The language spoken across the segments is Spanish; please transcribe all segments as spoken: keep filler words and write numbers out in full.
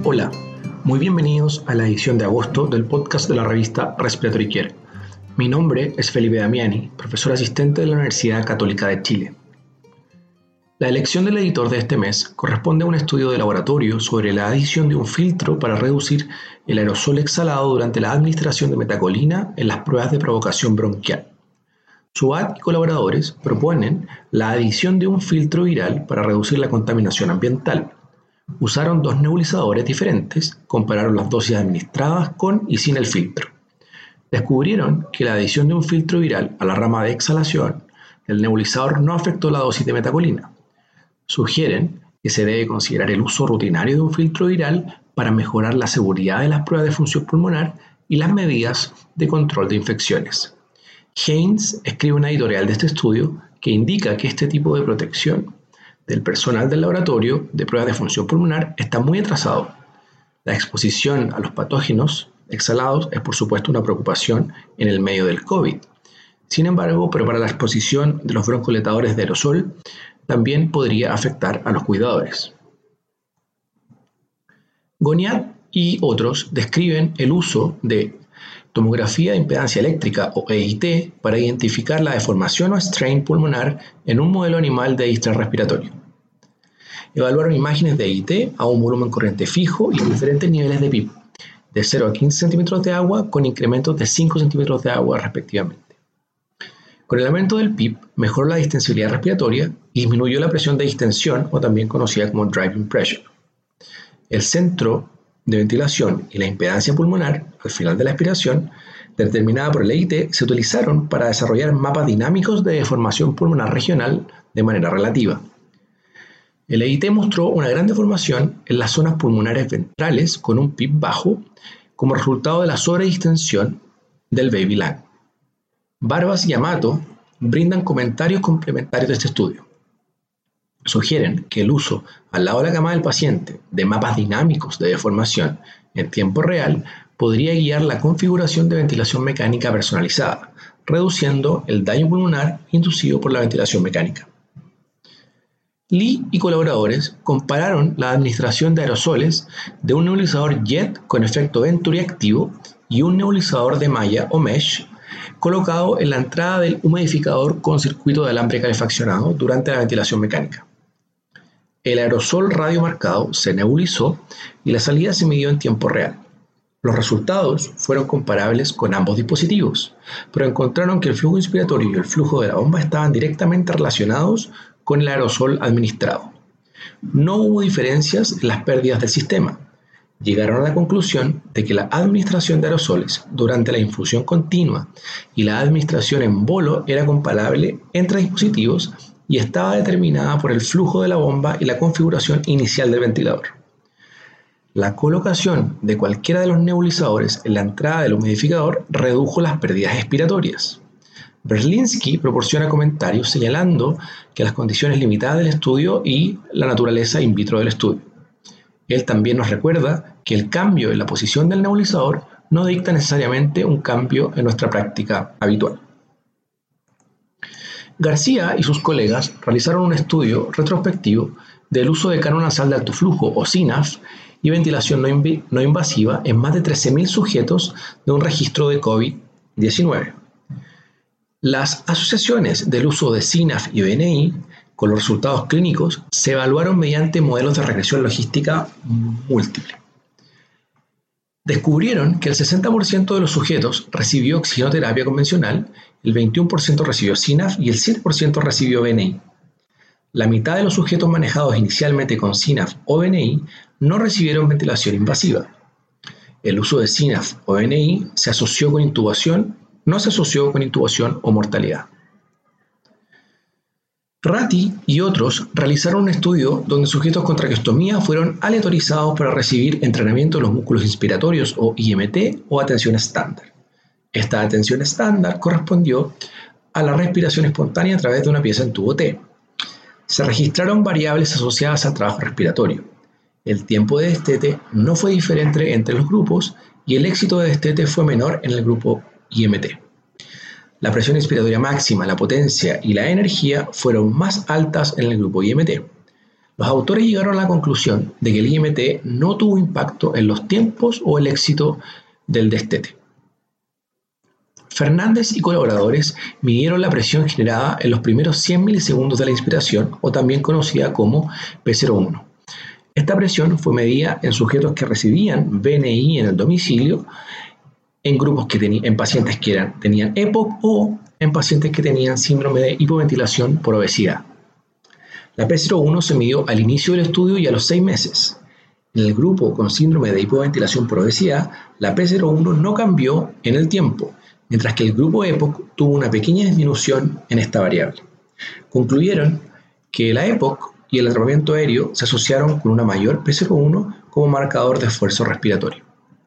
Hola, muy bienvenidos a la edición de agosto del podcast de la revista Respiratory Care. Mi nombre es Felipe Damiani, profesor asistente de la Universidad Católica de Chile. La elección del editor de este mes corresponde a un estudio de laboratorio sobre la adición de un filtro para reducir el aerosol exhalado durante la administración de metacolina en las pruebas de provocación bronquial. Suat y colaboradores proponen la adición de un filtro viral para reducir la contaminación ambiental. Usaron dos nebulizadores diferentes, compararon las dosis administradas con y sin el filtro. Descubrieron que la adición de un filtro viral a la rama de exhalación del nebulizador no afectó la dosis de metacolina. Sugieren que se debe considerar el uso rutinario de un filtro viral para mejorar la seguridad de las pruebas de función pulmonar y las medidas de control de infecciones. Haynes escribe una editorial de este estudio que indica que este tipo de protección del personal del laboratorio de pruebas de función pulmonar está muy atrasado. La exposición a los patógenos exhalados es por supuesto una preocupación en el medio del COVID. Sin embargo, pero para la exposición de los broncoletadores de aerosol también podría afectar a los cuidadores. Goniat y otros describen el uso de tomografía de impedancia eléctrica o E I T para identificar la deformación o strain pulmonar en un modelo animal de distrés respiratorio. Evaluaron imágenes de E I T a un volumen corriente fijo y a diferentes niveles de P I B, de cero a quince centímetros de agua con incrementos de cinco centímetros de agua respectivamente. Con el aumento del P I B mejoró la distensibilidad respiratoria y disminuyó la presión de distensión o también conocida como driving pressure. El centro de ventilación y la impedancia pulmonar al final de la expiración, determinada por el E I T, se utilizaron para desarrollar mapas dinámicos de deformación pulmonar regional de manera relativa. El E I T mostró una gran deformación en las zonas pulmonares ventrales con un P I B bajo como resultado de la sobredistensión del baby lung. Barbas y Amato brindan comentarios complementarios de este estudio. Sugieren que el uso al lado de la cama del paciente de mapas dinámicos de deformación en tiempo real podría guiar la configuración de ventilación mecánica personalizada, reduciendo el daño pulmonar inducido por la ventilación mecánica. Lee y colaboradores compararon la administración de aerosoles de un nebulizador JET con efecto Venturi activo y un nebulizador de malla o mesh colocado en la entrada del humidificador con circuito de alambre calefaccionado durante la ventilación mecánica. El aerosol radiomarcado se nebulizó y la salida se midió en tiempo real. Los resultados fueron comparables con ambos dispositivos, pero encontraron que el flujo inspiratorio y el flujo de la bomba estaban directamente relacionados con el aerosol administrado. No hubo diferencias en las pérdidas del sistema. Llegaron a la conclusión de que la administración de aerosoles durante la infusión continua y la administración en bolo era comparable entre dispositivos y estaba determinada por el flujo de la bomba y la configuración inicial del ventilador. La colocación de cualquiera de los nebulizadores en la entrada del humidificador redujo las pérdidas expiratorias. Berlinski proporciona comentarios señalando que las condiciones limitadas del estudio y la naturaleza in vitro del estudio. Él también nos recuerda que el cambio en la posición del nebulizador no dicta necesariamente un cambio en nuestra práctica habitual. García y sus colegas realizaron un estudio retrospectivo del uso de cano nasal de alto flujo o C I N A F y ventilación no, inv- no invasiva en más de trece mil sujetos de un registro de COVID diecinueve. Las asociaciones del uso de C I N A F y B N I con los resultados clínicos se evaluaron mediante modelos de regresión logística múltiple. Descubrieron que el sesenta por ciento de los sujetos recibió oxigenoterapia convencional, el veintiuno por ciento recibió C I N A F y el siete por ciento recibió B N I. La mitad de los sujetos manejados inicialmente con C I N A F o B N I no recibieron ventilación invasiva. El uso de C I N A F o B N I se asoció con intubación, no se asoció con intubación o mortalidad. Ratti y otros realizaron un estudio donde sujetos con traqueostomía fueron aleatorizados para recibir entrenamiento de los músculos inspiratorios o I M T o atención estándar. Esta atención estándar correspondió a la respiración espontánea a través de una pieza en tubo T. Se registraron variables asociadas al trabajo respiratorio. El tiempo de destete no fue diferente entre los grupos y el éxito de destete fue menor en el grupo I M T. La presión inspiratoria máxima, la potencia y la energía fueron más altas en el grupo I M T. Los autores llegaron a la conclusión de que el I M T no tuvo impacto en los tiempos o el éxito del destete. Fernández y colaboradores midieron la presión generada en los primeros cien milisegundos de la inspiración, o también conocida como P cero uno. Esta presión fue medida en sujetos que recibían B N I en el domicilio, en grupos que tenían, en pacientes que eran, tenían E P O C o en pacientes que tenían síndrome de hipoventilación por obesidad. La P cero uno se midió al inicio del estudio y a los seis meses. En el grupo con síndrome de hipoventilación por obesidad, la P cero uno no cambió en el tiempo, mientras que el grupo E P O C tuvo una pequeña disminución en esta variable. Concluyeron que la E P O C y el atrapamiento aéreo se asociaron con una mayor P cero uno como marcador de esfuerzo respiratorio.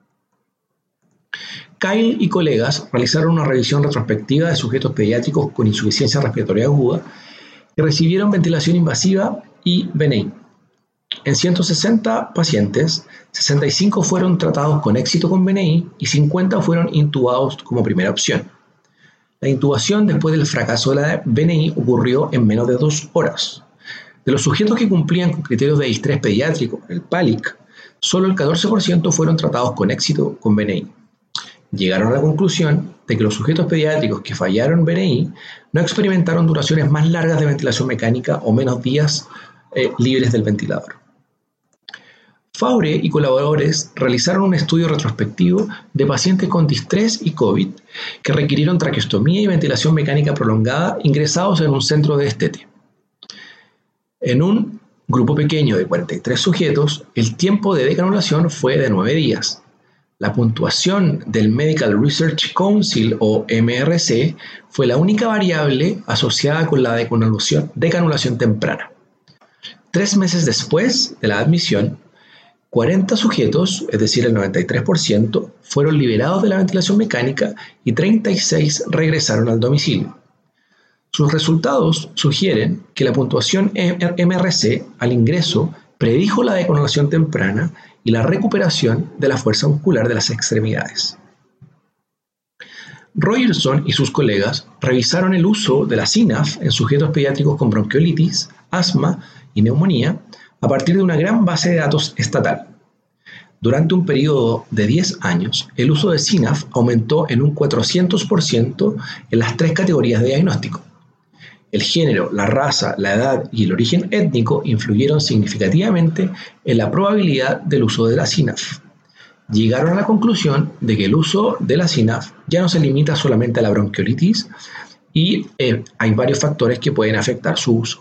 Kyle y colegas realizaron una revisión retrospectiva de sujetos pediátricos con insuficiencia respiratoria aguda que recibieron ventilación invasiva y B N I. En ciento sesenta pacientes, sesenta y cinco fueron tratados con éxito con B N I y cincuenta fueron intubados como primera opción. La intubación después del fracaso de la B N I ocurrió en menos de dos horas. De los sujetos que cumplían con criterios de distrés pediátrico, el P A L I C, solo el catorce por ciento fueron tratados con éxito con B N I. Llegaron a la conclusión de que los sujetos pediátricos que fallaron B N I no experimentaron duraciones más largas de ventilación mecánica o menos días eh, libres del ventilador. Faure y colaboradores realizaron un estudio retrospectivo de pacientes con distrés y COVID que requirieron traqueostomía y ventilación mecánica prolongada ingresados en un centro de destete. En un grupo pequeño de cuarenta y tres sujetos, el tiempo de decanulación fue de nueve días. La puntuación del Medical Research Council o M R C fue la única variable asociada con la decanulación, decanulación temprana. Tres meses después de la admisión, cuarenta sujetos, es decir, el noventa y tres por ciento, fueron liberados de la ventilación mecánica y treinta y seis regresaron al domicilio. Sus resultados sugieren que la puntuación M R C al ingreso predijo la decanulación temprana y la recuperación de la fuerza muscular de las extremidades. Rogerson y sus colegas revisaron el uso de la C I N A F en sujetos pediátricos con bronquiolitis, asma y neumonía a partir de una gran base de datos estatal. Durante un periodo de diez años, el uso de C I N A F aumentó en un cuatrocientos por ciento en las tres categorías de diagnóstico. El género, la raza, la edad y el origen étnico influyeron significativamente en la probabilidad del uso de la C I N A F. Llegaron a la conclusión de que el uso de la C I N A F ya no se limita solamente a la bronquiolitis y eh, hay varios factores que pueden afectar su uso.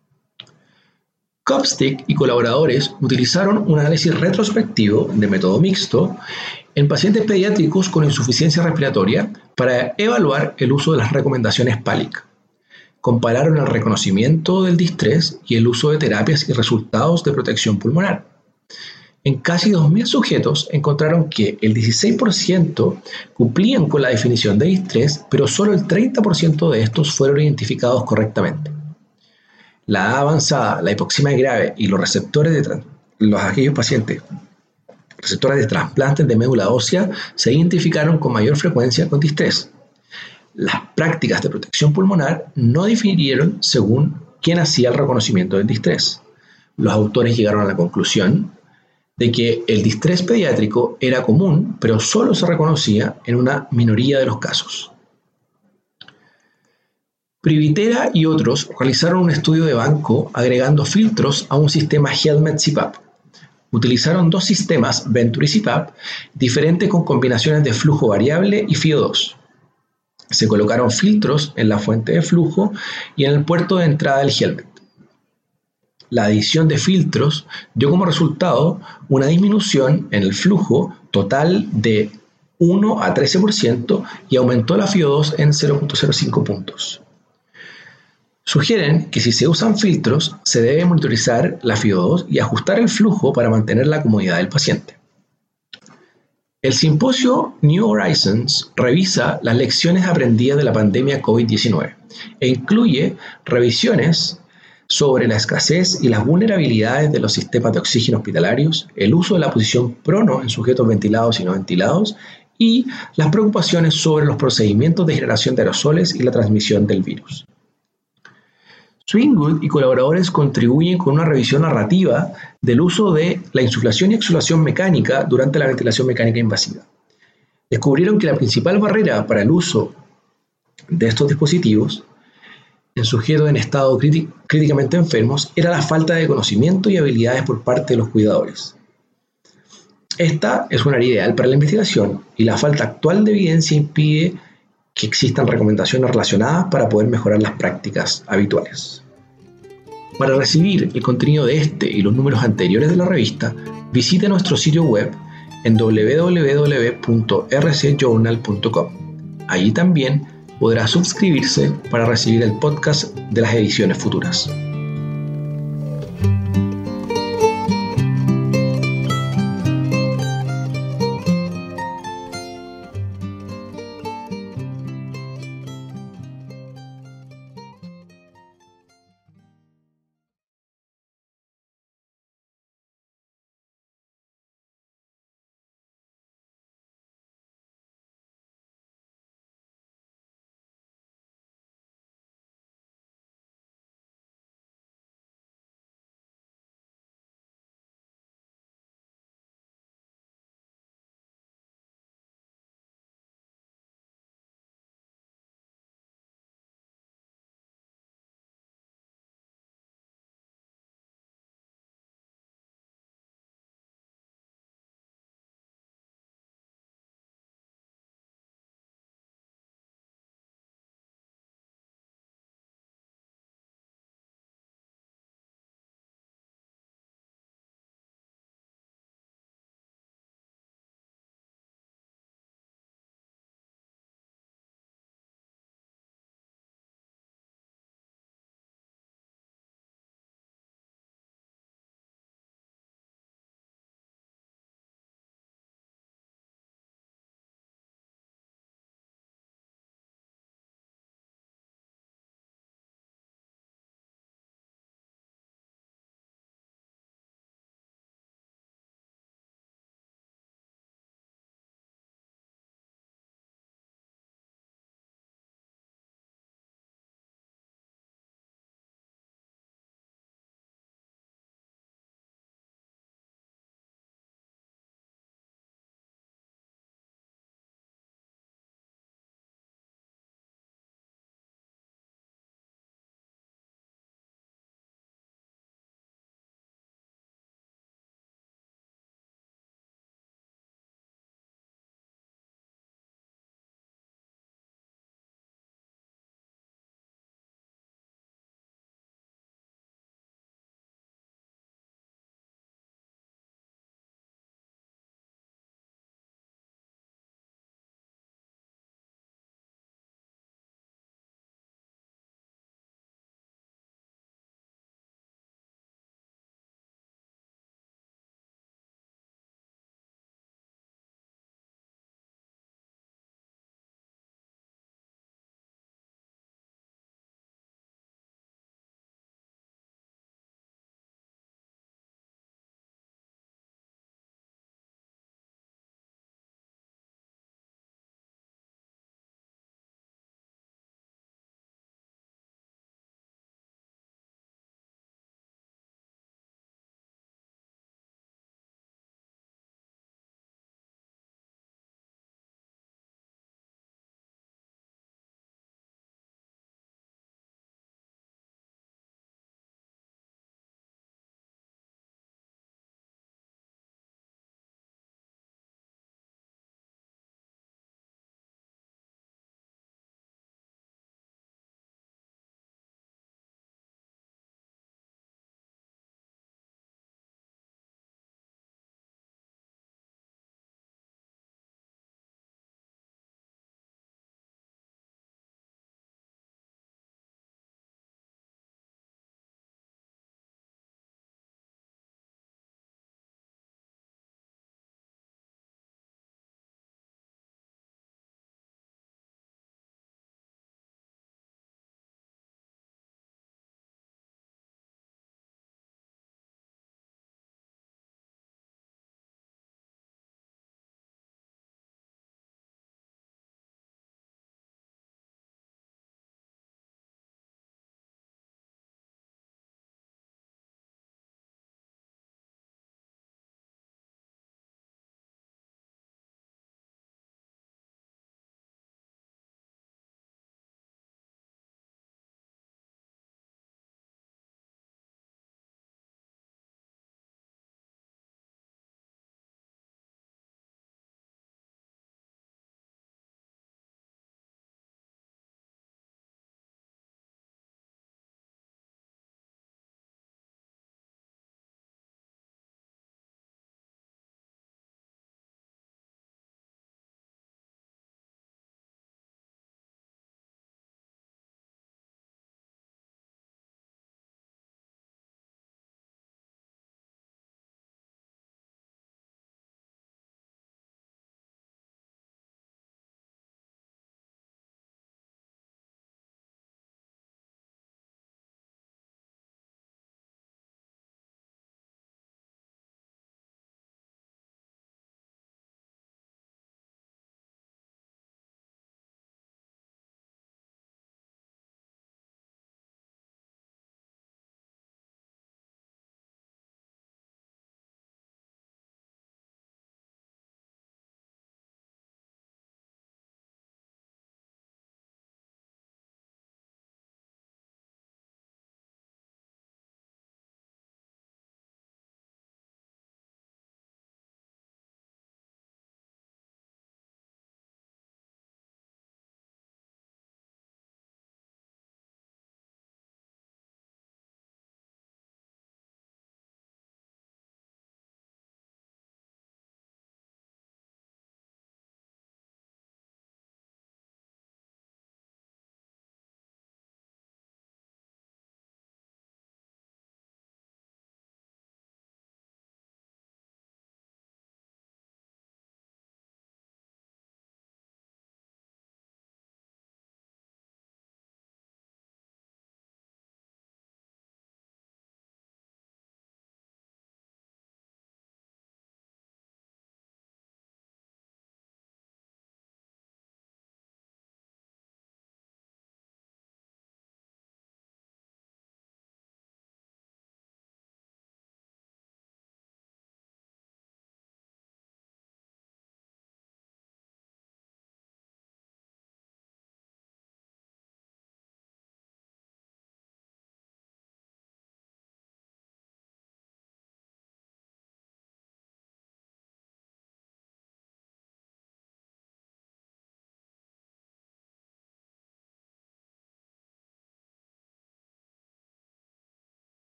Copstick y colaboradores utilizaron un análisis retrospectivo de método mixto en pacientes pediátricos con insuficiencia respiratoria para evaluar el uso de las recomendaciones P A L I C. Compararon el reconocimiento del distrés y el uso de terapias y resultados de protección pulmonar. En casi dos mil sujetos encontraron que el dieciséis por ciento cumplían con la definición de distrés, pero solo el treinta por ciento de estos fueron identificados correctamente. La edad avanzada, la hipoxemia grave y los receptores de tra- los aquellos pacientes receptores de trasplantes de médula ósea se identificaron con mayor frecuencia con distrés. Las prácticas de protección pulmonar no difirieron según quién hacía el reconocimiento del distrés. Los autores llegaron a la conclusión de que el distrés pediátrico era común, pero solo se reconocía en una minoría de los casos. Privitera y otros realizaron un estudio de banco agregando filtros a un sistema Helmet C PAP. Utilizaron dos sistemas Venturi C PAP diferentes con combinaciones de flujo variable y F I O dos. Se colocaron filtros en la fuente de flujo y en el puerto de entrada del Helmet. La adición de filtros dio como resultado una disminución en el flujo total de uno a trece por ciento y aumentó la F I O dos en cero punto cero cinco puntos. Sugieren que si se usan filtros, se debe monitorizar la F I O dos y ajustar el flujo para mantener la comodidad del paciente. El simposio New Horizons revisa las lecciones aprendidas de la pandemia COVID diecinueve e incluye revisiones sobre la escasez y las vulnerabilidades de los sistemas de oxígeno hospitalarios, el uso de la posición prono en sujetos ventilados y no ventilados y las preocupaciones sobre los procedimientos de generación de aerosoles y la transmisión del virus. Swingood y colaboradores contribuyen con una revisión narrativa del uso de la insuflación y exhalación mecánica durante la ventilación mecánica invasiva. Descubrieron que la principal barrera para el uso de estos dispositivos en sujetos en estado crític- críticamente enfermos era la falta de conocimiento y habilidades por parte de los cuidadores. Esta es un área ideal para la investigación y la falta actual de evidencia impide que existan recomendaciones relacionadas para poder mejorar las prácticas habituales. Para recibir el contenido de este y los números anteriores de la revista, visite nuestro sitio web en doble u doble u doble u punto r c journal punto com. Allí también podrá suscribirse para recibir el podcast de las ediciones futuras.